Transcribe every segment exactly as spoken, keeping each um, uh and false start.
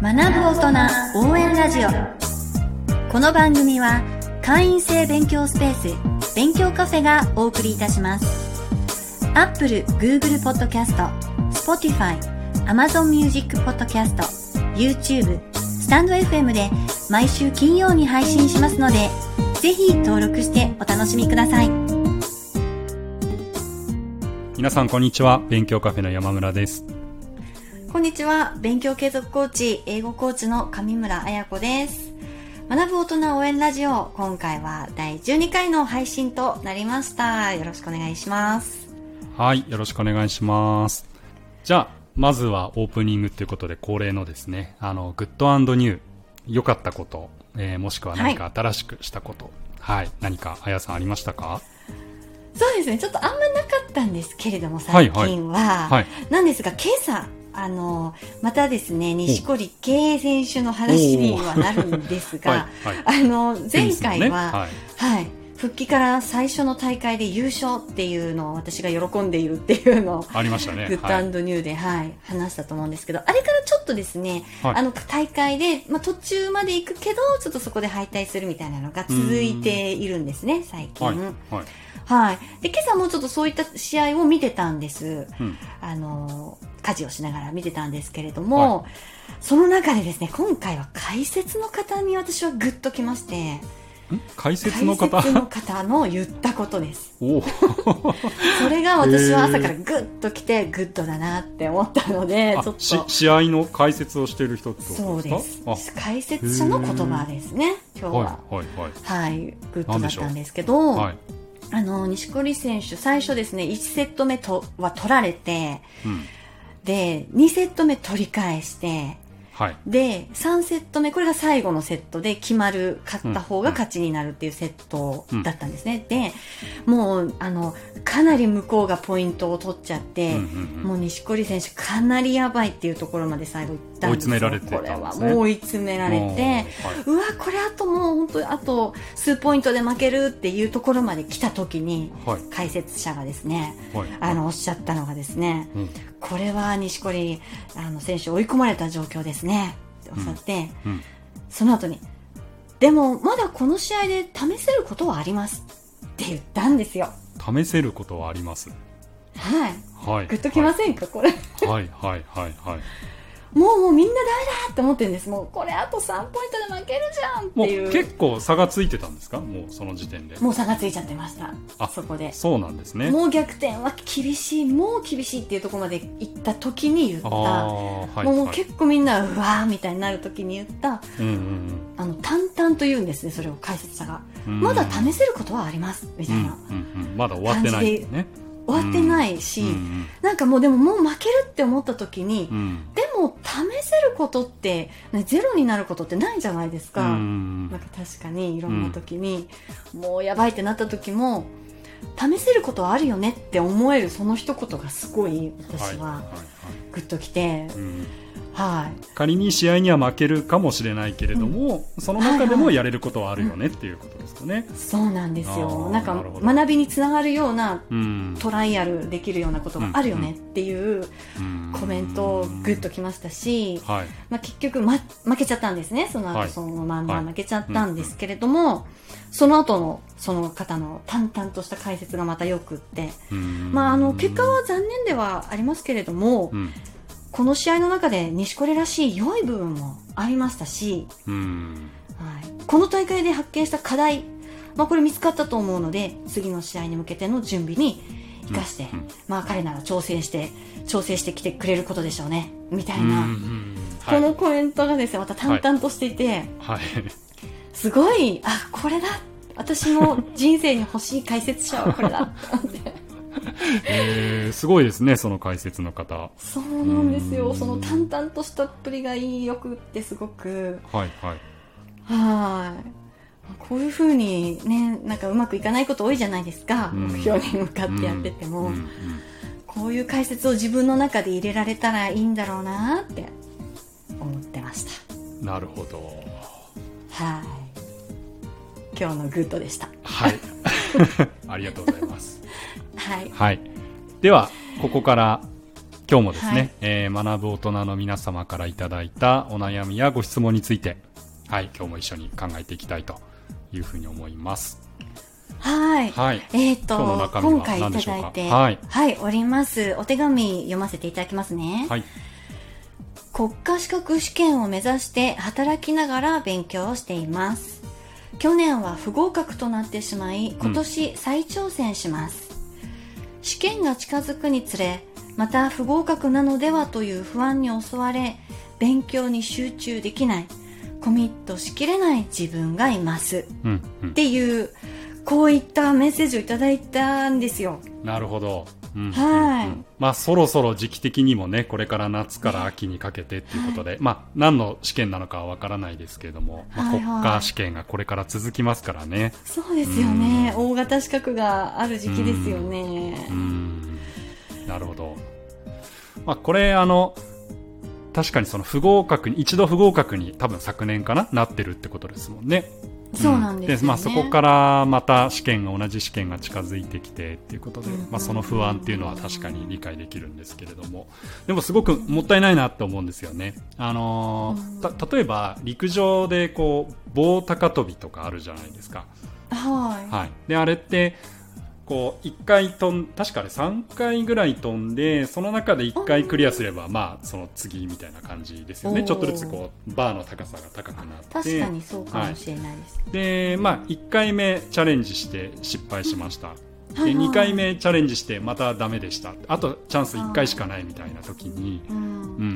学ぶ大人応援ラジオ。この番組は会員制勉強スペース勉強カフェがお送りいたします。 Apple、Google Podcast、Spotify、Amazon Music Podcast、YouTube、スタンド エフエム で毎週金曜に配信しますので、ぜひ登録してお楽しみください。 皆さんこんにちは。勉強カフェの山村です。 こんにちは。勉強継続コーチ、英語コーチの上村彩子です。学ぶ大人応援ラジオ、今回はだいじゅうにかいの配信となりました。よろしくお願いします。 はい、よろしくお願いします。じゃあまずはオープニングということで恒例のですね、あのグッド&ニュー、良かったこと、えー、もしくは何か新しくしたこと、はい、はい、何かあやさんありましたか？ そうですね、ちょっとあんまなかったんですけれども最近は、はいはい、なんですが今朝あのまたですね、錦織圭選手の話にはなるんですが、はいはい、あの前回は、ね、はいはい、復帰から最初の大会で優勝っていうのを私が喜んでいるっていうのをありましたね、 グッド&ニューで、はいはい、話したと思うんですけど、あれからちょっとですね、はい、あの大会で、まあ、途中まで行くけどちょっとそこで敗退するみたいなのが続いているんですね最近、はいはいはい、で今朝もちょっとそういった試合を見てたんです、うん、あの家事をしながら見てたんですけれども、はい、その中でですね、今回は解説の方に私はグッときまして、 解説の方解説の方の言ったことです。おそれが私は朝からグッときてグッドだなって思ったので、ちょっと試合の解説をしている人ってことですか？そうです。解説者の言葉ですね今日は、はいはいはいはい、グッドだったんですけど、はい、あの錦織選手最初ですねいちセット目とは取られて、うん、でにセット目取り返して、はい、でさんセット目、これが最後のセットで決まる、勝った方が勝ちになるっていうセットだったんですね、うん、でもうあのかなり向こうがポイントを取っちゃって、うんうんうん、もう錦織選手かなりやばいっていうところまで最後行ったんですよ。 追い詰められてたんですね。 これはもう追い詰められて、はい、うわこれあともう本当にあと数ポイントで負けるっていうところまで来た時に、はい、解説者がですね、はい、あのおっしゃったのがですね、うん、これは錦織あの選手追い込まれた状況ですねっておっしゃって、うんうん、その後にでもまだこの試合で試せることはありますって言ったんですよ。 試せることはあります。 はい、 はい、 グッときませんか、はい、これはいはいはいはい。 もうもうみんなダメだって思ってるんです。もうこれあとさんポイントで負けるじゃんっていう。 もう結構差がついてたんですか？もうその時点でもう差がついちゃってました。あ、そこで。 そうなんですね。 もう逆転は厳しい、もう厳しいっていうところまで行った時に言った、あ、はい、もう結構みんなうわーみたいになる時に言った、うんうんうん、あの淡々と言うんですね、それを解説者が。まだ試せることはありますみたいな、うんうんうん、 まだ終わってないですね。 終わってないし、うんうん、なんかもうでももう負けるって思った時に、うん、でも試せることって、ね、ゼロになることってないじゃないですか、うん、なんか確かにいろんな時に、うん、もうやばいってなった時も試せることはあるよねって思えるその一言がすごい私はグッときて、はいはいはい、うんはい、仮に試合には負けるかもしれないけれども、うん、その中でもやれることはあるよね、はいはい、っていうことですかね、 うん、そうなんですよ。なんか学びにつながるような、うん、トライアルできるようなことがあるよねっていうコメントグッときましたし、はい、まあ、結局、ま、負けちゃったんですね。その後、はい、そのまんま負けちゃったんですけれども、はい、その後のその方の淡々とした解説がまたよくって、まあ、あの結果は残念ではありますけれども、うん、この試合の中で錦織らしい良い部分もありましたし、うん、はい、この大会で発見した課題、まあ、これ見つかったと思うので次の試合に向けての準備に生かして、うんうん、まあ、彼なら挑戦して調整してきてくれることでしょうねみたいな、うんうん、はい、このコメントがですねまた淡々としていて、はいはい、すごい、あ、これだ、私の人生に欲しい解説者はこれだってえー、すごいですね、その解説の方。 そうなんですよ。その淡々としたっぷりがいい、よくってすごく、はいはい、はい、こういう風にね、なんかうまくいかないこと多いじゃないですか、目標に向かってやってても、うんうんうん、こういう解説を自分の中で入れられたらいいんだろうなって思ってました。 なるほど。 はい、今日のグッドでした。 はいありがとうございますはい、 はい、ではここから今日もですね、 はいえー、学ぶ大人の皆様からいただいたお悩みやご質問について、はい、今日も一緒に考えていきたいというふうに思います。 はい。 はい。 えっ、ー、と、今回いただいて、 はい、 はい、おります。お手紙読ませていただきますね。 はい。 国家資格試験を目指して働きながら勉強をしています。去年は不合格となってしまい、今年再挑戦します。うん、試験が近づくにつれ、また不合格なのではという不安に襲われ、勉強に集中できない、コミットしきれない自分がいます。うんうん、っていう、こういったメッセージをいただいたんですよ。 なるほど。うん、 はい、 うん。まあそろそろ時期的にもね、これから夏から秋にかけてっていうことで、はい、まあ何の試験なのかはわからないですけれども、まあ、国家試験がこれから続きますからね。はいはい、 そうですよね、うん。大型資格がある時期ですよね。 うん、うんなるほど。まあこれあの確かにその不合格に一度不合格に多分昨年かななってるってことですもんね。 そうなんですよね。 でまあ、そこからまた試験が同じ試験が近づいてきてっていうことで、まあ、その不安っていうのは確かに理解できるんですけれども、でもすごくもったいないなと思うんですよね。あのー、た例えば陸上でこう棒高跳びとかあるじゃないですか。 はい、 はい、であれってこういっかい飛ん確かあれさんかいぐらい飛んで、その中でいっかいクリアすればまあその次みたいな感じですよね。ちょっとずつこうバーの高さが高くなって、 確かにそうかもしれないです、はい、 でまあいっかいめチャレンジして失敗しました、うん、でにかいめチャレンジしてまたダメでした。あとチャンスいっかいしかないみたいな時に、うん、うん、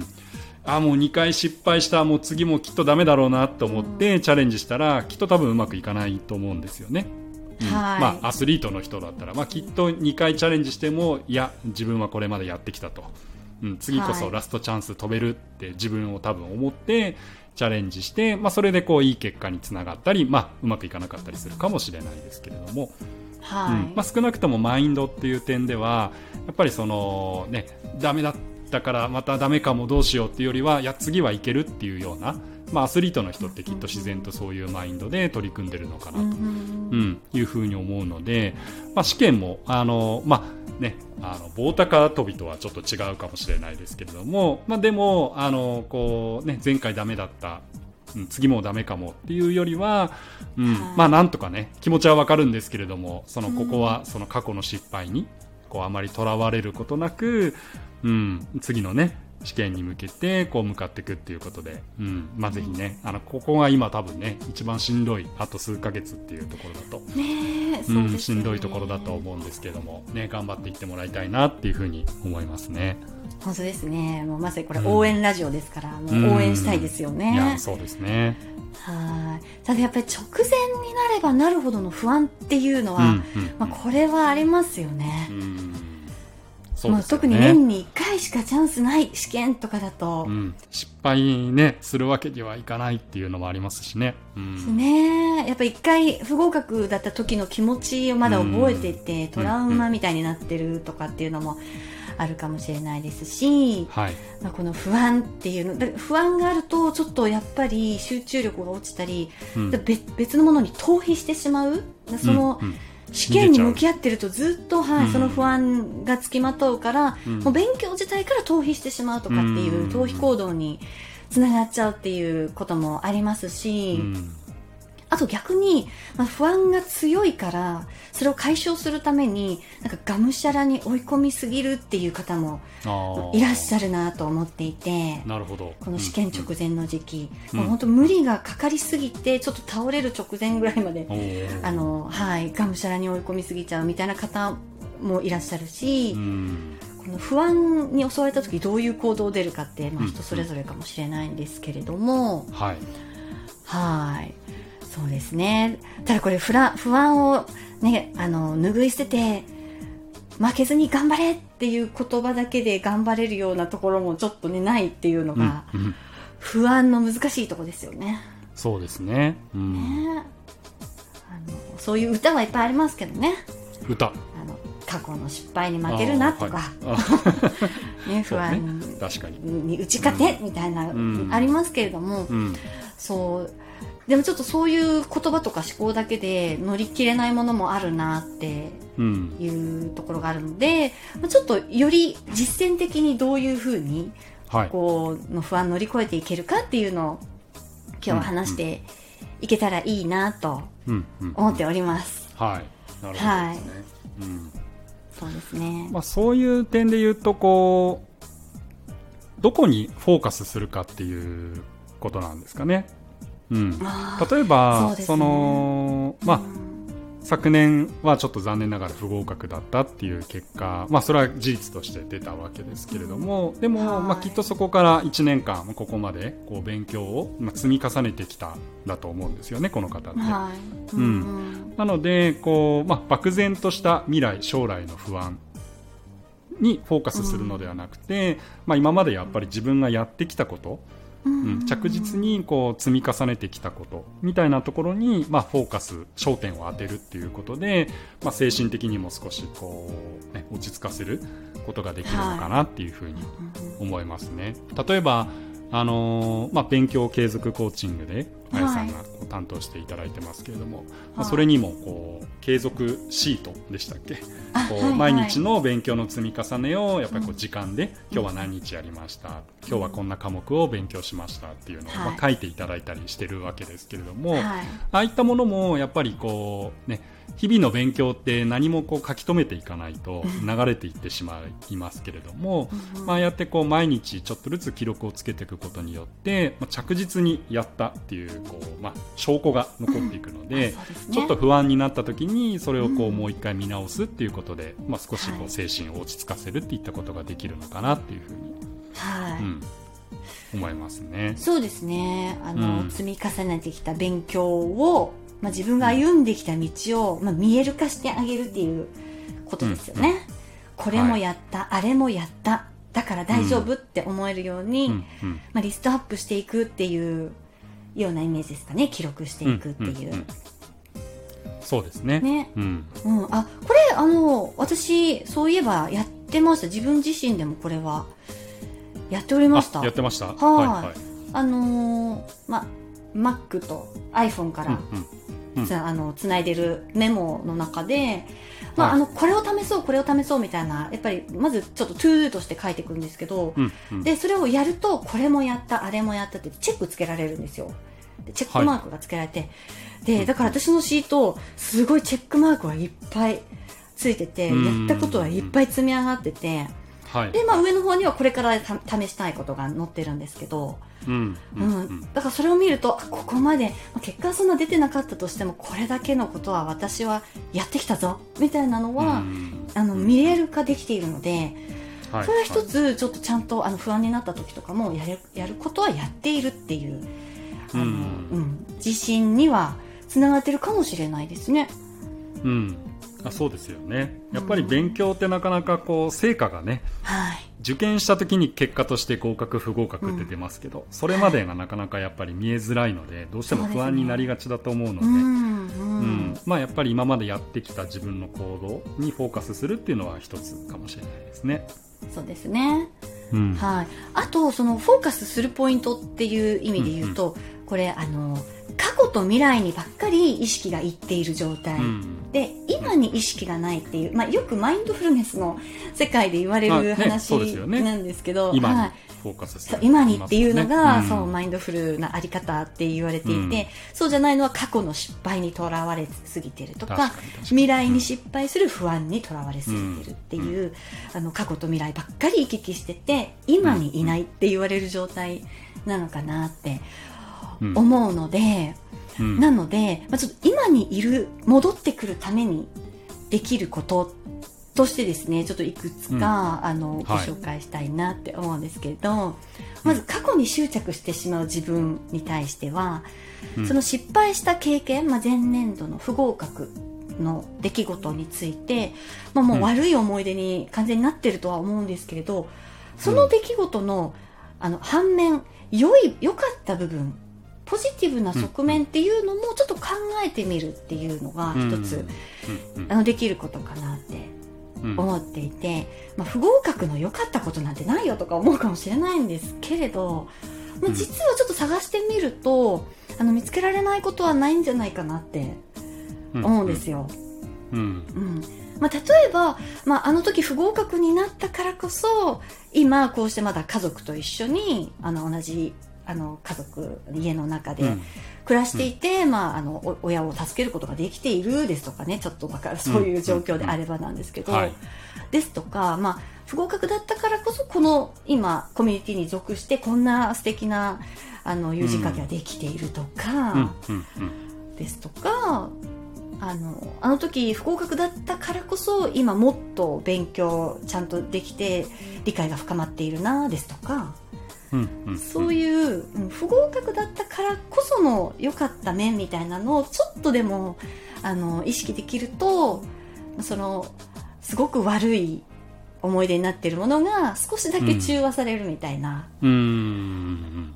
あもうにかい失敗した、もう次もきっとダメだろうなと思ってチャレンジしたら、きっと多分うまくいかないと思うんですよね。うんはい、 まあ、アスリートの人だったら、まあ、きっとにかいチャレンジしても、いや自分はこれまでやってきたと、うん、次こそラストチャンス飛べるって自分を多分思ってチャレンジして、まあ、それでこういい結果につながったり、まあ、うまくいかなかったりするかもしれないですけれども、 はいうんまあ、少なくともマインドっていう点ではやっぱりその、ね、ダメだったからまたダメかもどうしようっていうよりは、いや次はいけるっていうような、まあ、アスリートの人ってきっと自然とそういうマインドで取り組んでるのかなと、うん、いうふうに思うので、まあ、試験もあの、まあね、あの棒高跳びとはちょっと違うかもしれないですけれども、まあ、でもあのこう、ね、前回ダメだった、うん、次もダメかもっていうよりは、うんはいまあ、なんとかね気持ちはわかるんですけれども、そのここはその過去の失敗にこうあまりとらわれることなく、うん、次のね試験に向けてこう向かっていくっていうことで、うんまあ、ぜひねあのここが今多分ね一番しんどいあと数ヶ月っていうところだと、 ねうん、しんどいところだと思うんですけども、ね、頑張っていってもらいたいなっていうふうに思いますね。 本当ですね。もうまさにこれ応援ラジオですから、うん、もう応援したいですよね、うん、 いやそうですね。 はいただやっぱり直前になればなるほどの不安っていうのは、うんうんうんまあ、これはありますよね。うんそうですよね、特に年にいっかいしかチャンスない試験とかだと、うん、 失敗、ね、するわけにはいかないっていうのもありますしね、うん、 ねやっぱりいっかい不合格だった時の気持ちをまだ覚えてて、うん、トラウマみたいになってるとかっていうのもあるかもしれないですし、はいまあ、この不安っていうの不安があるとちょっとやっぱり集中力が落ちたり、うん、別, 別のものに逃避してしまうその、うんうん試験に向き合ってるとずっと、はい、うん、その不安がつきまとうから、うん、もう勉強自体から逃避してしまうとかっていう、うん、逃避行動につながっちゃうっていうこともありますし、うん、あと逆に、まあ、不安が強いからそれを解消するためになんかがむしゃらに追い込みすぎるっていう方もいらっしゃるなと思っていて、 なるほどこの試験直前の時期、うん、もう本当無理がかかりすぎてちょっと倒れる直前ぐらいまであの、はい、がむしゃらに追い込みすぎちゃうみたいな方もいらっしゃるし、うん、この不安に襲われた時どういう行動を出るかって、まあ、人それぞれかもしれないんですけれども、 うん、はいはいそうですね。ただこれ不安を、ね、あの拭い捨てて負けずに頑張れっていう言葉だけで頑張れるようなところもちょっと、ね、ないっていうのが、うんうん、不安の難しいところですよね。 そうですね、うん、 ねあのそういう歌はいっぱいありますけどね。 歌あの過去の失敗に負けるなとか、はいね、不安に、 ね、確かにに打ち勝てみたいな、うん、ありますけれども、うん、そうでもちょっとそういう言葉とか思考だけで乗り切れないものもあるなっていうところがあるので、うん、ちょっとより実践的にどういうふうにこうの不安乗り越えていけるかっていうのを今日は話していけたらいいなと思っております。 はい、なるほどですね。はい、うん、 そうですね。 まあ、そういう点で言うとこうどこにフォーカスするかっていうことなんですかね。うん、例えば そ,、ね、そのまあ、うん、昨年はちょっと残念ながら不合格だったっていう結果、まあ、それは事実として出たわけですけれども、でも、まあ、きっとそこからいちねんかんここまでこう勉強を積み重ねてきたんだと思うんですよね、この方って。はい、うんうん、なのでこう、まあ、漠然とした未来将来の不安にフォーカスするのではなくて、うん、まあ、今までやっぱり自分がやってきたことうん、着実にこう積み重ねてきたことみたいなところに、まあ、フォーカス焦点を当てるっていうことで、まあ、精神的にも少しこう、ね、落ち着かせることができるのかなっていうふうに思いますね。例えばあのーまあ、勉強継続コーチングであやさんが担当していただいてますけれども、はい、まあ、それにもこう継続シートでしたっけ、こう、はいはい、毎日の勉強の積み重ねをやっぱりこう時間で、うん、今日は何日やりました、うん、今日はこんな科目を勉強しましたっていうのを、はい、まあ、書いていただいたりしてるわけですけれども、はい、ああいったものもやっぱりこうね、日々の勉強って何もこう書き留めていかないと流れていってしまいますけれども、うん、まあ、やってこう毎日ちょっとずつ記録をつけていくことによって、まあ、着実にやったっていう、こう、まあ、証拠が残っていくので、うん、でね、ちょっと不安になった時にそれをこうもう一回見直すっていうことで、まあ、少しこう精神を落ち着かせるっていったことができるのかなっていうふうに、はい、うん、思いますね。 そうですね、あの、うん、積み重ねてきた勉強を、まあ、自分が歩んできた道を、まあ、見える化してあげるっていうことですよね、うん、これもやった、はい、あれもやっただから大丈夫って思えるように、うんうん、まあ、リストアップしていくっていうようなイメージですかね。記録していくっていう、うんうんうん、 そうですね、 ね、うんうん、あ、これあの私そういえばやってました。自分自身でもこれはやっておりました。 やってました。はい、 はい、あのー、ま、Mac と iPhone から、うんうんうん、あのつないでるメモの中で、まあ、はい、あのこれを試そうこれを試そうみたいな、やっぱりまずちょっと to do として書いていくんですけど、うんうん、でそれをやるとこれもやったあれもやったってチェックつけられるんですよ。でチェックマークがつけられて、はい、でだから私のシートすごいチェックマークがいっぱいついてて、やったことはいっぱい積み上がってて、はい、で、まあ、上の方にはこれから試したいことが載ってるんですけど、うんうんうん、だからそれを見るとここまで結果はそんな出てなかったとしてもこれだけのことは私はやってきたぞみたいなのは、うん、あの見える化できているので、はい、それは一つちょっとちゃんとあの不安になった時とかもやる、やることはやっているっていうあの、うんうん、自信にはつながってるかもしれないですね。 うん、あ、そうですよね。やっぱり勉強ってなかなかこう成果がね、はい、受験した時に結果として合格不合格って出ますけど、うん、それまでがなかなかやっぱり見えづらいのでどうしても不安になりがちだと思うので、うんうん、まあ、やっぱり今までやってきた自分の行動にフォーカスするっていうのは一つかもしれないですね。 そうですね、うん、はい、あとそのフォーカスするポイントっていう意味で言うと、うんうん、これあの過去と未来にばっかり意識がいっている状態、うん、で今に意識がないっていう、まあ、よくマインドフルネスの世界で言われる話なんですけど、 今にフォーカスする、 今にっていうのが、うん、そうマインドフルなあり方って言われていて、うん、そうじゃないのは過去の失敗にとらわれすぎていると か, か未来に失敗する不安にとらわれすぎているっていう、うん、あの過去と未来ばっかり行き来してて今にいないって言われる状態なのかなって思うので、うん、なので、まあ、ちょっと今にいる戻ってくるためにできることとしてですね、ちょっといくつか、うん、あのご紹介したいなって思うんですけれど、はい、まず過去に執着してしまう自分に対しては、うん、その失敗した経験、まあ、前年度の不合格の出来事について、まあ、もう悪い思い出に完全になってるとは思うんですけれど、その出来事の、あの反面良い良かった部分、ポジティブな側面っていうのもちょっと考えてみるっていうのが一つ、うんうん、あのできることかなって思っていて、まあ、不合格の良かったことなんてないよとか思うかもしれないんですけれど、まあ、実はちょっと探してみると、 あの見つけられないことはないんじゃないかなって思うんですよ。うんうんうんまあ、例えば、まあ、あの時不合格になったからこそ今こうしてまだ家族と一緒にあの同じあの家族家の中で暮らしていて、うんまあ、あの親を助けることができているですとかねちょっとわかるそういう状況であればなんですけど、うんうんはい、ですとか、まあ、不合格だったからこそこの今コミュニティに属してこんな素敵なあの U 字書きができているとか、うんうんうん、ですとかあの、あの時不合格だったからこそ今もっと勉強ちゃんとできて理解が深まっているなですとか、うんうんうん、そういう不合格だったからこその良かった面みたいなのをちょっとでもあの意識できるとそのすごく悪い思い出になっているものが少しだけ中和されるみたいな、うん、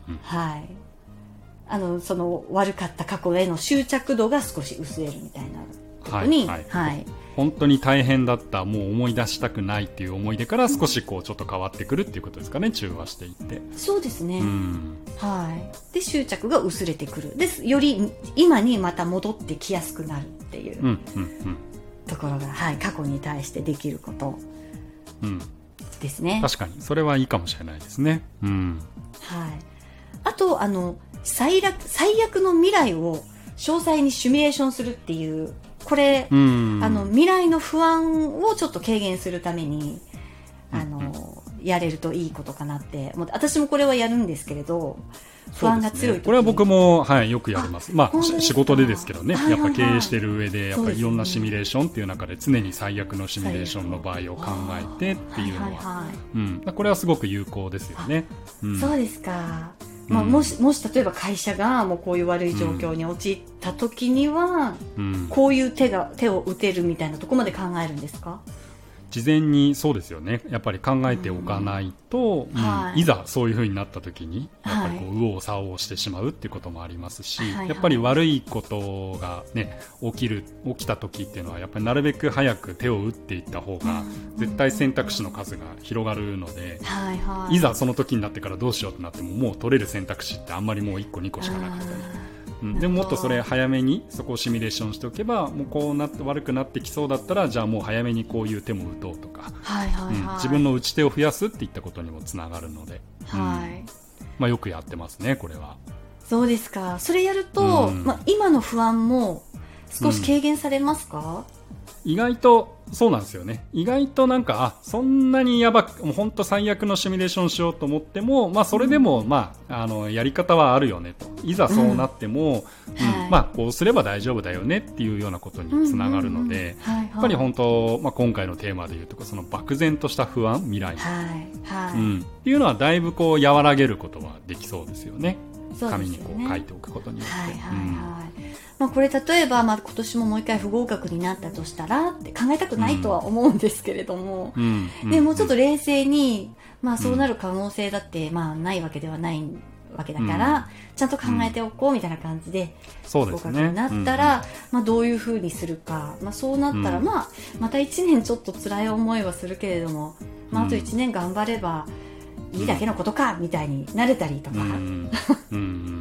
はいあのその悪かった過去への執着度が少し薄れるみたいなことに、はいはいはい、 本当に大変だったもう思い出したくないっていう思い出から少しこうちょっと変わってくるっていうことですかね中和していってそうですね、うんはい、で執着が薄れてくるですより今にまた戻ってきやすくなるっていう、うんうんうん、ところが、はい、過去に対してできることうんですね。 確かにそれはいいかもしれないですね、うんはい、あとあの最悪、最悪の未来を詳細にシミュレーションするっていうこれあの未来の不安をちょっと軽減するためにあのやれるといいことかなってもう私もこれはやるんですけれど不安が強い時に、ね、 これは僕も、はい、よくやります。まあ仕事でですけどね、はいはいはい、やっぱ経営している上でやっぱりいろんなシミュレーションっていう中で常に最悪のシミュレーションの場合を考えてっていうのは、はいはいはいうん、これはすごく有効ですよね。 うん、そうですか。まあ、もし、もし例えば会社がもうこういう悪い状況に陥った時には、うん、こういう手が手を打てるみたいなところまで考えるんですか？ 事前にそうですよねやっぱり考えておかないと、うんはい、いざそういう風になった時にやっぱりこう右往左往してしまうっていうこともありますし、はい、やっぱり悪いことが、ね、起きる起きた時っていうのはやっぱりなるべく早く手を打っていった方が絶対選択肢の数が広がるので、はいはい、いざその時になってからどうしようとなってももう取れる選択肢ってあんまりもういっこにこしかなくてうん、でももっとそれ早めにそこをシミュレーションしておけばもうこうなって悪くなってきそうだったらじゃあもう早めにこういう手も打とうとか、はいはいはいうん、自分の打ち手を増やすっていったことにもつながるので、はいうんまあ、よくやってますねこれは。 そうですか。それやると、うんまあ、今の不安も少し軽減されますか？ うん、意外とそうなんですよね。意外となんかあそんなにやばくもう本当最悪のシミュレーションしようと思っても、まあ、それでも、うんまあ、あのやり方はあるよねといざそうなっても、うんうんはいまあ、こうすれば大丈夫だよねっていうようなことにつながるのでやっぱり本当、まあ、今回のテーマでいうとその漠然とした不安未来、はいはいうん、っていうのはだいぶこう和らげることはできそうですよね。紙にこう書いておくことによって、はいはいはいうんまあ、これ例えば、まあ、今年ももう一回不合格になったとしたらって考えたくないとは思うんですけれども、うんうん、でもうちょっと冷静に、まあ、そうなる可能性だって、まあ、ないわけではないわけだから、うん、ちゃんと考えておこうみたいな感じで、うん、不合格になったら、ねうんまあ、どういうふうにするか、まあ、そうなったら、うんまあ、またいちねんちょっと辛い思いはするけれども、まあ、あといちねん頑張ればいいだけのことかみたいになれたりとか、うんうん、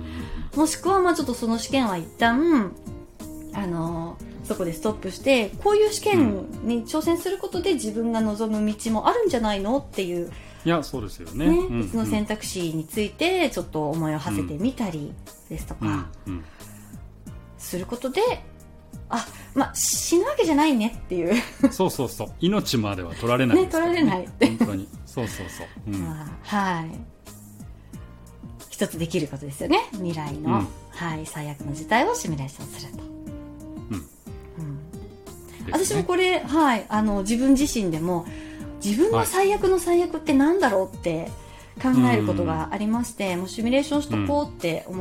もしくはまあちょっとその試験は一旦あのそこでストップしてこういう試験に挑戦することで自分が望む道もあるんじゃないのっていういやそうですよね、 ねうん、別の選択肢についてちょっと思いを馳せてみたりですとか、うんうん、することであ、まあ、死ぬわけじゃないねっていうそうそうそう命までは取られないですからね、 ね取られないって本当にそうそうそう、うんまあ、はい一つできることですよね未来の、うんはい、最悪の事態をシミュレーションすると、うんうんね、私もこれ、はい、あの自分自身でも自分の最悪の最悪ってなんだろうって考えることがありまして、うん、もうシミュレーションしとこうって思って、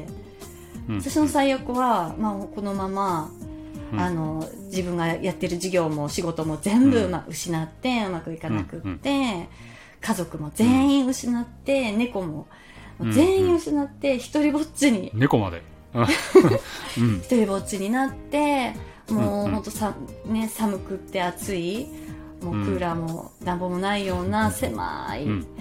うん、私の最悪は、まあ、このままうん、あの自分がやってる事業も仕事も全部、まあ、失ってうまくいかなくって、うんうん、家族も全員失って、うん、猫も全員失って、うん、一人ぼっちに猫まで一人ぼっちになってもう、うん、ほんとさ、ね、寒くって暑いもうクーラーも暖房もないような狭い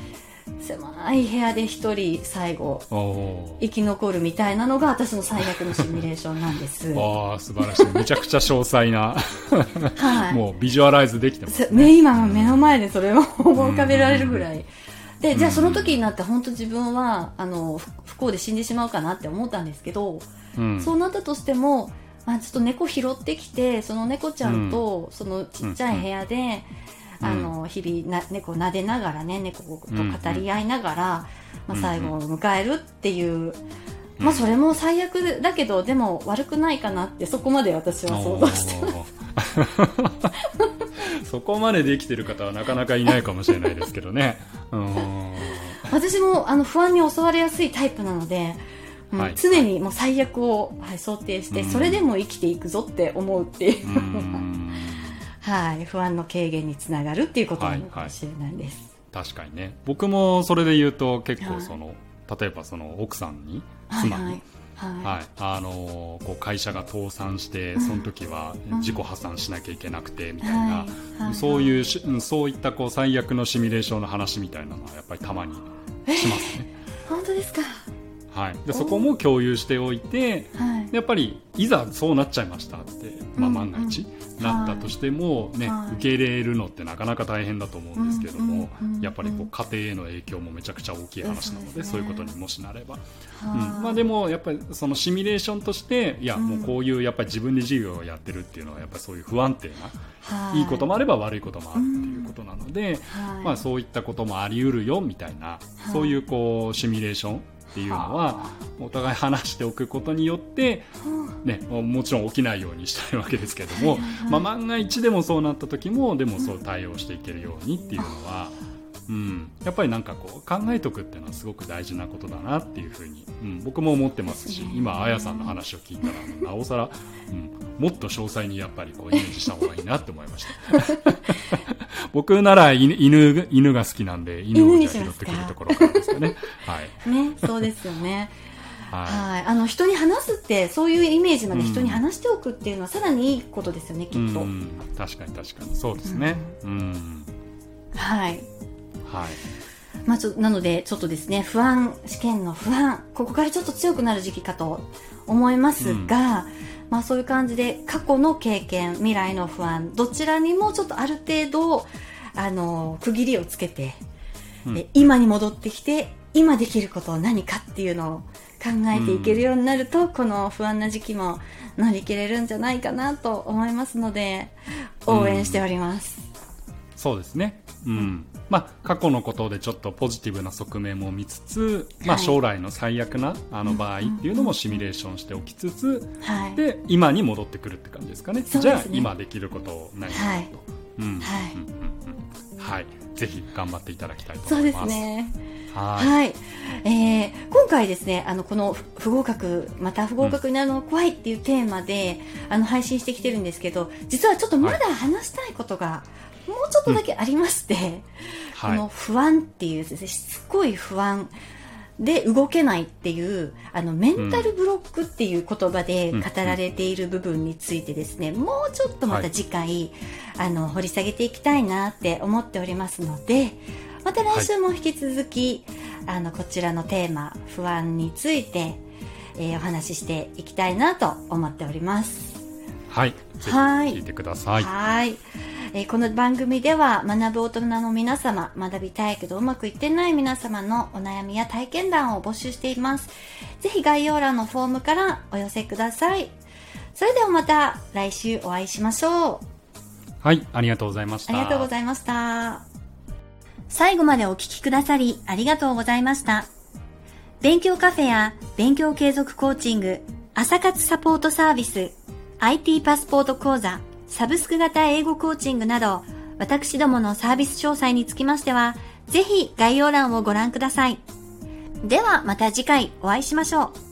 狭い部屋で一人最後生き残るみたいなのが私の最悪のシミュレーションなんです。 ああ、素晴らしい。めちゃくちゃ詳細な、はい、もうビジュアライズできてますね。 今目の前でそれを思い浮かべられるぐらいで、じゃあその時になって本当自分はあの不幸で死んでしまうかなって思ったんですけど、うん、そうなったとしても、まあ、ちょっと猫拾ってきて、その猫ちゃんとそのちっちゃい部屋で、うんうんあの日々な猫を撫でながらね、猫と語り合いながら、うんうんまあ、最後を迎えるっていう、うんまあ、それも最悪だけどでも悪くないかなって、そこまで私は想像してますそこまでできてる方はなかなかいないかもしれないですけどね。うん私もあの不安に襲われやすいタイプなので、うんはい、常にもう最悪を、はい、想定して、うん、それでも生きていくぞって思うっていう、うんはい、不安の軽減につながるっていうことなのかもしれないです、 はいはい、確かにね。僕もそれで言うと結構その、はい、例えばその奥さんに妻に、はいはいはい、あのこう会社が倒産してその時は自己破産しなきゃいけなくてみたいな、はいはい、そういうそういったこう最悪のシミュレーションの話みたいなのはやっぱりたまにしますね。 えー、本当ですか。 はい、でそこも共有しておいて、はい、やっぱりいざそうなっちゃいましたって、まあ、万が一、うんうん、なったとしても、ねはい、受け入れるのってなかなか大変だと思うんですけども、うんうんうん、やっぱりこう家庭への影響もめちゃくちゃ大きい話なので、そうですね、そういうことにもしなれば、うんまあ、でもやっぱりそのシミュレーションとしていやもうこういうやっぱり自分で事業をやってるっていうのはやっぱりそういう不安定な、いいこともあれば悪いこともあるっていうことなので、うんまあ、そういったこともあり得るよみたいな、そういうこうシミュレーションっていうのはお互い話しておくことによって、ね、もちろん起きないようにしたいわけですけれども、まあ、万が一でもそうなった時もでもそう対応していけるようにっていうのは、うん、やっぱりなんかこう考えとくっていうのはすごく大事なことだなっていうふうに、うん、僕も思ってますし、今あやさんの話を聞いたらなおさら、うん、もっと詳細にやっぱりこうイメージした方がいいなって思いました僕なら 犬, 犬, 犬が好きなんで犬をじゃ拾ってくるところからですかね。はい、 ね、そうですよね。はい、あの人に話すってそういうイメージまで人に話しておくっていうのはさらにいいことですよね、うん、きっと。うん確かに確かにそうですね。うん、うん、 はい、 はいまあ、ちょなのでちょっとですね不安試験の不安ここからちょっと強くなる時期かと思いますが、うんまあ、そういう感じで過去の経験未来の不安どちらにもちょっとある程度あの区切りをつけて、うん、今に戻ってきて今できることは何かっていうのを考えていけるようになると、うん、この不安な時期も乗り切れるんじゃないかなと思いますので応援しております、 うん、そうですね、うんまあ、過去のことでちょっとポジティブな側面も見つつ、まあ、将来の最悪なあの場合っていうのもシミュレーションしておきつつ、はい、で今に戻ってくるって感じですかね。じゃあ今できることを何かと、はいうんはいうんうんうん、はいぜひ頑張っていただきたいと思います。 そうですね。 はい、 はいえー、今回ですねあのこの不合格また不合格になるのが怖いっていうテーマで、うん、あの配信してきてるんですけど実はちょっとまだ話したいことがもうちょっとだけありまして、うんこの不安っていうですね、しつこい不安で動けないっていうあのメンタルブロックっていう言葉で語られている部分についてですね、うん、もうちょっとまた次回、はい、あの掘り下げていきたいなって思っておりますのでまた来週も引き続き、はい、あのこちらのテーマ不安について、えー、お話ししていきたいなと思っております。 はい、ぜひ聞いてください。 はいえー、この番組では学ぶ大人の皆様学びたいけどうまくいってない皆様のお悩みや体験談を募集しています。ぜひ概要欄のフォームからお寄せください。それではまた来週お会いしましょう。 はい、ありがとうございました。 ありがとうございました。最後までお聞きくださりありがとうございました。勉強カフェや勉強継続コーチング、朝活サポートサービス、アイティー パスポート講座、サブスク型英語コーチングなど、私どものサービス詳細につきましては、ぜひ概要欄をご覧ください。ではまた次回お会いしましょう。